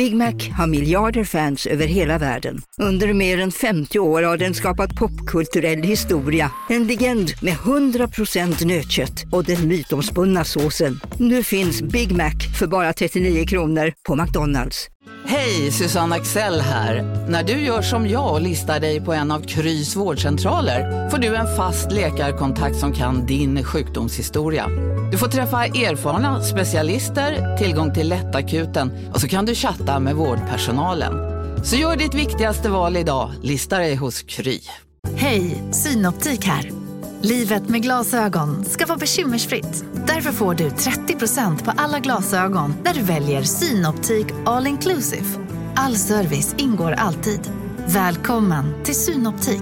Big Mac har miljarder fans över hela världen. Under mer än 50 år har den skapat popkulturell historia. En legend med 100% nötkött och den mytomspunna såsen. Nu finns Big Mac för bara 39 kronor på McDonald's. Hej, Susanne Axel här. När du gör som jag och listar dig på en av Krys vårdcentraler får du en fast läkarkontakt som kan din sjukdomshistoria. Du får träffa erfarna specialister, tillgång till lättakuten och så kan du chatta med vårdpersonalen. Så gör ditt viktigaste val idag, lista dig hos Kry. Hej, Synoptik här. Livet med glasögon ska vara bekymmersfritt. Därför får du 30% på alla glasögon när du väljer Synoptik All Inclusive. All service ingår alltid. Välkommen till Synoptik.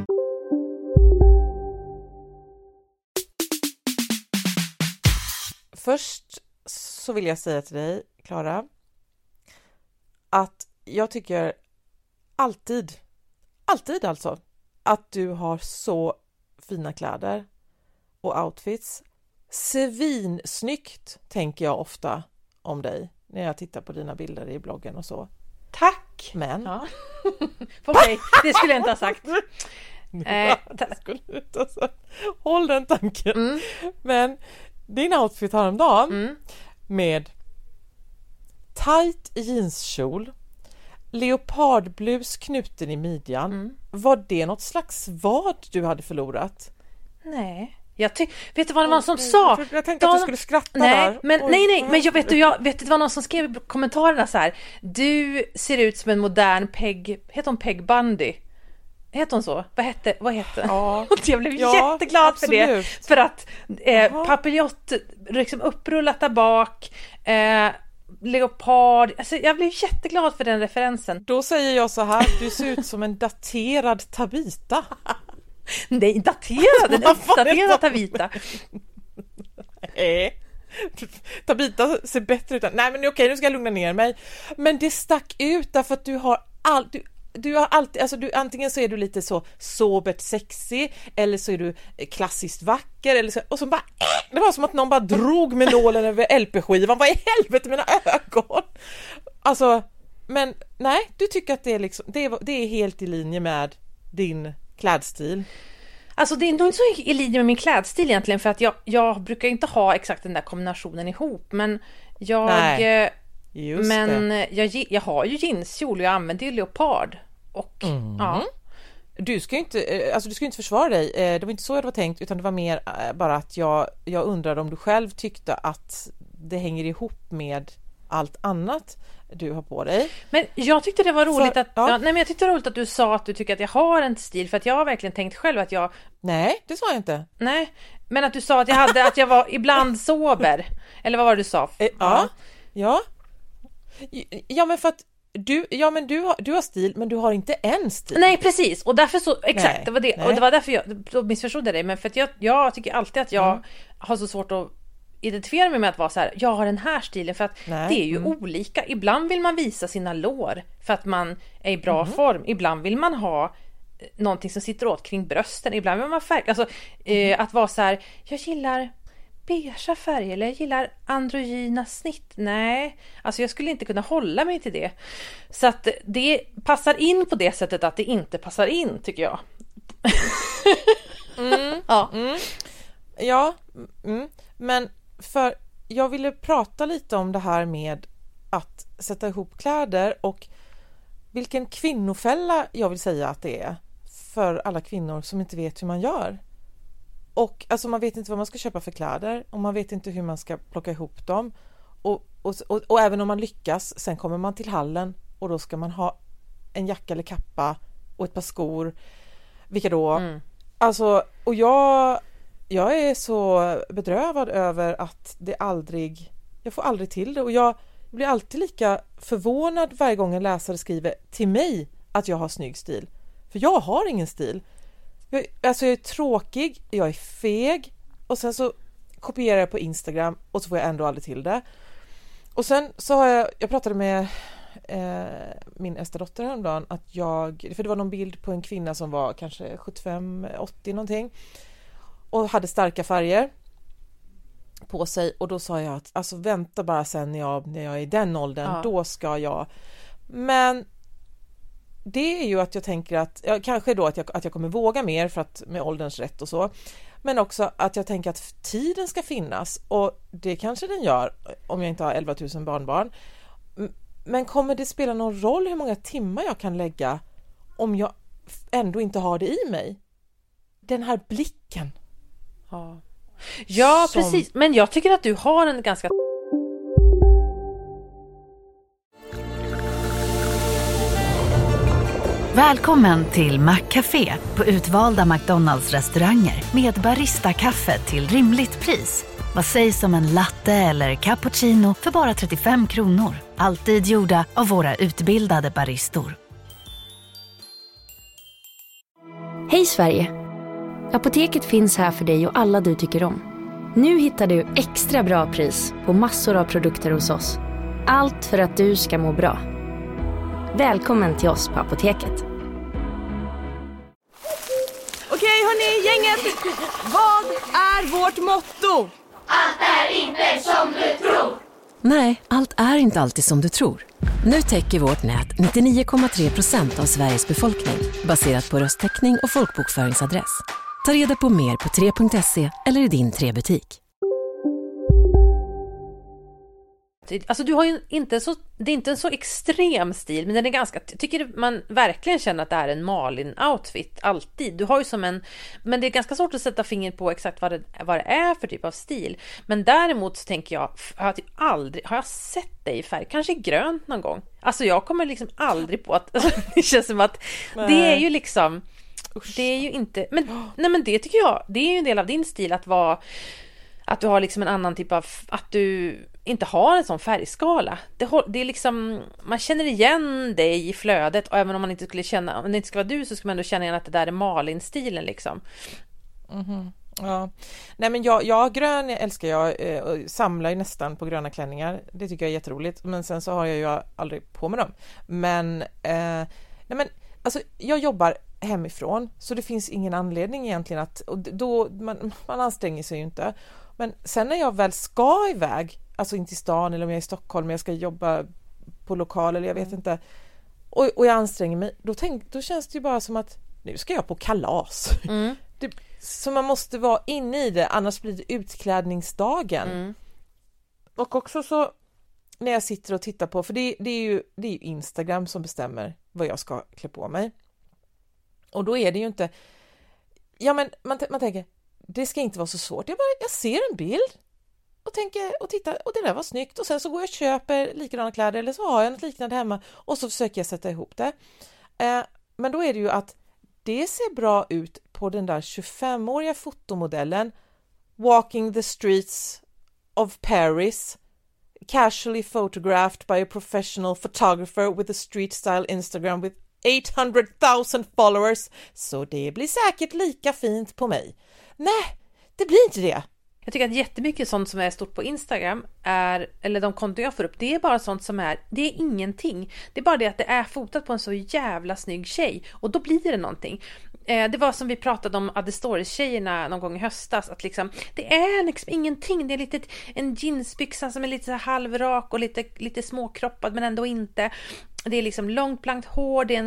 Först så vill jag säga till dig, Klara, att jag tycker alltid alltså, att du har så fina kläder och outfits. Svinsnyggt tänker jag ofta om dig när jag tittar på dina bilder i bloggen och så. Tack! Men ja. För mig, det skulle jag inte ha sagt. Håll den tanken. Men din outfit häromdagen med tight jeanskjol, leopardblus knuten i midjan. Var det något slags vad du hade förlorat? Nej. Vet du vad det var någon som sa? Jag tänkte att du skulle skratta där. Nej, men jag vet det var någon som skrev i kommentarerna så här: du ser ut som en modern Peg, heter hon Peg Bundy? Heter hon så? Vad heter? Ja. Jag blev jätteglad absolut. För det. För att papillott liksom upprullat där bak, leopard. Alltså, jag blev jätteglad för den referensen. Då säger jag så här: du ser ut som en daterad Tabita. Nej, daterad Tabita. Tabita ser bättre ut. Nej, men okej, nu ska jag lugna ner mig. Men det stack ut därför att du har alltid, alltså antingen så är du lite så sobert sexy eller så är du klassiskt vacker eller så, och så bara det var som att någon bara drog med nålen över LP-skivan. Vad i helvete, mina ögon. Alltså, men nej, du tycker att det är liksom det är helt i linje med din klädstil. Alltså det är nog inte så i linje med min klädstil egentligen, för att jag brukar inte ha exakt den där kombinationen ihop, men jag har ju jeanskjol och jag använder ju leopard och ja. Du ska ju inte försvara dig. Det var inte så jag var tänkt, utan det var mer bara att jag undrar om du själv tyckte att det hänger ihop med allt annat du har på dig. Men jag tyckte det var roligt jag tyckte det var roligt att du sa att du tycker att jag har en stil, för att jag har verkligen tänkt själv att jag... Nej, det sa jag inte. Nej, men att du sa att att jag var ibland sober. Eller vad var det du sa? Ja, men för att du har stil, men du har inte en stil. Nej, precis. Och därför så exakt, det var det. Nej. Och det var därför jag missförstod dig, men för att jag tycker alltid att jag har så svårt att identifiera mig med att vara så här, jag har den här stilen, för att det är ju olika. Ibland vill man visa sina lår för att man är i bra form. Ibland vill man ha någonting som sitter åt kring brösten. Ibland vill man alltså att vara så här, jag gillar beigea färger eller jag gillar androgyna snitt. Nej, alltså jag skulle inte kunna hålla mig till det. Så att det passar in på det sättet att det inte passar in, tycker jag. Men för jag ville prata lite om det här med att sätta ihop kläder och vilken kvinnofälla jag vill säga att det är för alla kvinnor som inte vet hur man gör. Och alltså man vet inte vad man ska köpa för kläder och man vet inte hur man ska plocka ihop dem. Och även om man lyckas, sen kommer man till hallen och då ska man ha en jacka eller kappa och ett par skor. Vilka då? Alltså, och jag är så bedrövad över att jag får aldrig till det, och jag blir alltid lika förvånad varje gång en läsare skriver till mig att jag har snygg stil. För jag har ingen stil. Jag är tråkig, jag är feg, och sen så kopierar jag på Instagram och så får jag ändå aldrig till det. Och sen så har jag pratade med min äldsta dotter häromdagen för det var någon bild på en kvinna som var kanske 75-80 någonting och hade starka färger på sig, och då sa jag att alltså vänta bara sen när jag är i den åldern, då ska jag. Men det är ju att jag tänker att kanske då att jag kommer våga mer för att med ålderns rätt och så, men också att jag tänker att tiden ska finnas, och det kanske den gör om jag inte har 11 000 barnbarn. Men kommer det spela någon roll hur många timmar jag kan lägga om jag ändå inte har det i mig? Den här blicken. Ja, precis. Men jag tycker att du har en ganska... Välkommen till Maccafé på utvalda McDonalds-restauranger med barista-kaffe till rimligt pris. Vad sägs om en latte eller cappuccino för bara 35 kronor? Alltid gjorda av våra utbildade baristor. Hej Sverige! Apoteket finns här för dig och alla du tycker om. Nu hittar du extra bra pris på massor av produkter hos oss. Allt för att du ska må bra. Välkommen till oss på Apoteket. Okej hörni, gänget! Vad är vårt motto? Allt är inte som du tror. Nej, allt är inte alltid som du tror. Nu täcker vårt nät 99,3% av Sveriges befolkning baserat på röstteckning och folkbokföringsadress. Ta reda på mer på 3.se eller i din 3-butik. Alltså du har ju inte så, det är inte en så extrem stil, men den är ganska, tycker man verkligen känner att det är en Malin-outfit alltid. Du har ju som en, men det är ganska svårt att sätta fingret på exakt vad det är för typ av stil. Men däremot så tänker jag, har jag sett dig i färg, kanske grönt någon gång. Alltså jag kommer liksom aldrig på att, alltså, det känns som att det är ju liksom, det är ju inte, men nej, men det tycker jag, det är ju en del av din stil att du har liksom en annan typ av, att du inte har en sån färgskala. Det är liksom, man känner igen dig i flödet, och även om man inte skulle känna, om det inte ska vara du, så ska man ändå känna igen att det där är Malin-stilen liksom. Ja. Nej men jag grön älskar jag, och samlar ju nästan på gröna klänningar. Det tycker jag är jätteroligt, men sen så har jag ju aldrig på med dem. Men nej men alltså jag jobbar hemifrån, så det finns ingen anledning egentligen att, och då man anstränger sig ju inte. Men sen när jag väl ska iväg, alltså in till stan, eller om jag är i Stockholm och jag ska jobba på lokal eller jag vet inte, och jag anstränger mig, då känns det ju bara som att nu ska jag på kalas. Så man måste vara inne i det, annars blir det utklädningsdagen. Och också så när jag sitter och tittar på, för det är ju Instagram som bestämmer vad jag ska klä på mig. Och då är det ju inte, ja men man tänker, det ska inte vara så svårt. Jag ser en bild och tänker och tittar, och det där var snyggt, och sen så går jag och köper likadana kläder, eller så har jag något liknande hemma och så försöker jag sätta ihop det. Men då är det ju att det ser bra ut på den där 25-åriga fotomodellen Walking the streets of Paris, casually photographed by a professional photographer with a street style Instagram with 800,000 followers, så det blir säkert lika fint på mig. Nej, det blir inte det. Jag tycker att jättemycket sånt som är stort på Instagram är, eller de konton jag får upp, det är bara sånt som är, det är ingenting. Det är bara det att det är fotat på en så jävla snygg tjej, och då blir det någonting. Det var som vi pratade om Adde Stories-tjejerna någon gång i höstas, att liksom, det är liksom ingenting. Det är en jeansbyxa som är lite så halvrak och lite småkroppad men ändå inte. Det är liksom långt blankt hår, det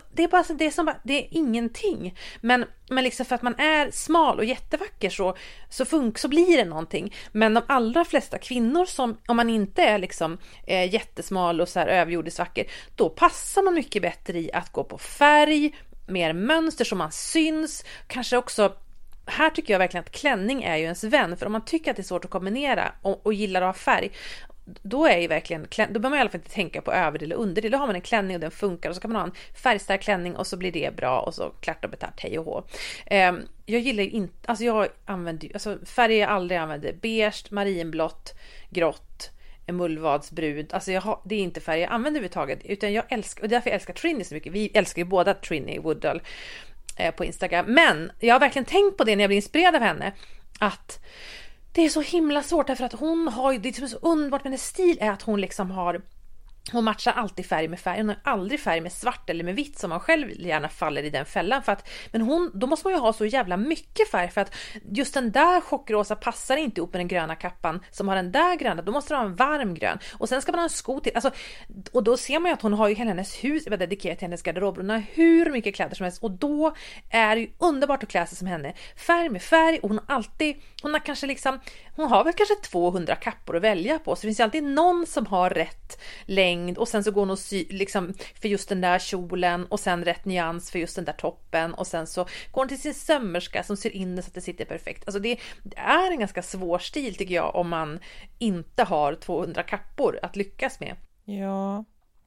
är ingenting. Men liksom för att man är smal och jättevacker så blir det någonting. Men de allra flesta kvinnor, som om man inte är liksom jättesmal och så här överjordiskt vacker, då passar man mycket bättre i att gå på färg, mer mönster som man syns. Kanske också, här tycker jag verkligen att klänning är ju ens vän, för om man tycker att det är svårt att kombinera och gillar att ha färg, då är ju verkligen, då behöver man i alla fall inte tänka på överdel och underdel. Då har man en klänning och den funkar, och så kan man ha en färgstark klänning och så blir det bra, och så klart och betart, hej och hå. Jag gillar inte, alltså jag använder, alltså färger jag aldrig använder, beige, marinblått, grått, mullvadsbrud, alltså det är inte färger jag använder överhuvudtaget, utan jag älskar, och därför jag älskar Trinny så mycket. Vi älskar ju båda Trinny Woodall på Instagram, men jag har verkligen tänkt på det när jag blir inspirerad av henne, att det är så himla svårt, därför att hon har ju, det som är så underbart med hennes stil är att hon liksom har hon matchar alltid färg med färg. Hon har aldrig färg med svart eller med vitt som man själv gärna faller i den fällan. För att, men då måste man ju ha så jävla mycket färg för att just den där chockrosa passar inte ihop med den gröna kappan som har den där gröna. Då måste du ha en varm grön. Och sen ska man ha en sko till. Alltså, och då ser man ju att hon har ju hela hennes hus dedikerat till hennes garderob. Hon har hur mycket kläder som helst. Och då är det ju underbart att klä sig som henne. Färg med färg. Och hon har kanske liksom, hon har väl kanske 200 kappor att välja på. Så det finns ju alltid någon som har rätt längd. Och sen så går hon och liksom för just den där kjolen och sen rätt nyans för just den där toppen och sen så går hon till sin sömmerska som syr in det så att det sitter perfekt. Alltså det är en ganska svår stil tycker jag om man inte har 200 kappor att lyckas med. Ja.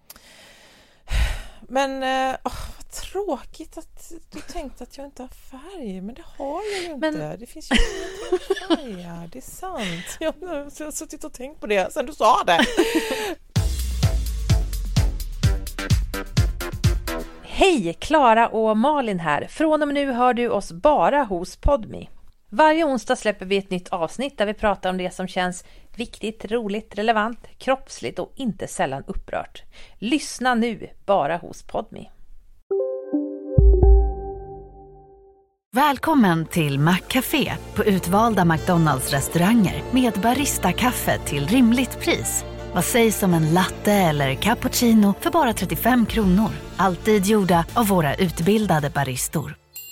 Men vad tråkigt att du tänkte att jag inte har färg. Men det har jag ju inte. Det finns ju ingenting färg. Det är sant. Jag har suttit och tänkt på det sen du sa det. Hej, Klara och Malin här. Från och med nu hör du oss bara hos Podme. Varje onsdag släpper vi ett nytt avsnitt där vi pratar om det som känns viktigt, roligt, relevant, kroppsligt och inte sällan upprört. Lyssna nu bara hos Podme. Välkommen till Maccafé på utvalda McDonalds-restauranger med barista-kaffe till rimligt pris. Vad sägs om en latte eller cappuccino för bara 35 kronor? Alltid gjorda av våra utbildade baristor.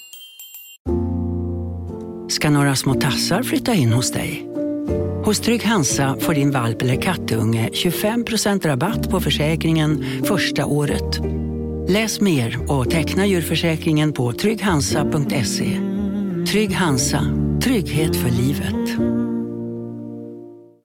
Ska några små tassar flytta in hos dig? Hos Trygg Hansa får din valp eller kattunge 25% rabatt på försäkringen första året. Läs mer och teckna djurförsäkringen på trygghansa.se. Trygg Hansa, trygghet för livet.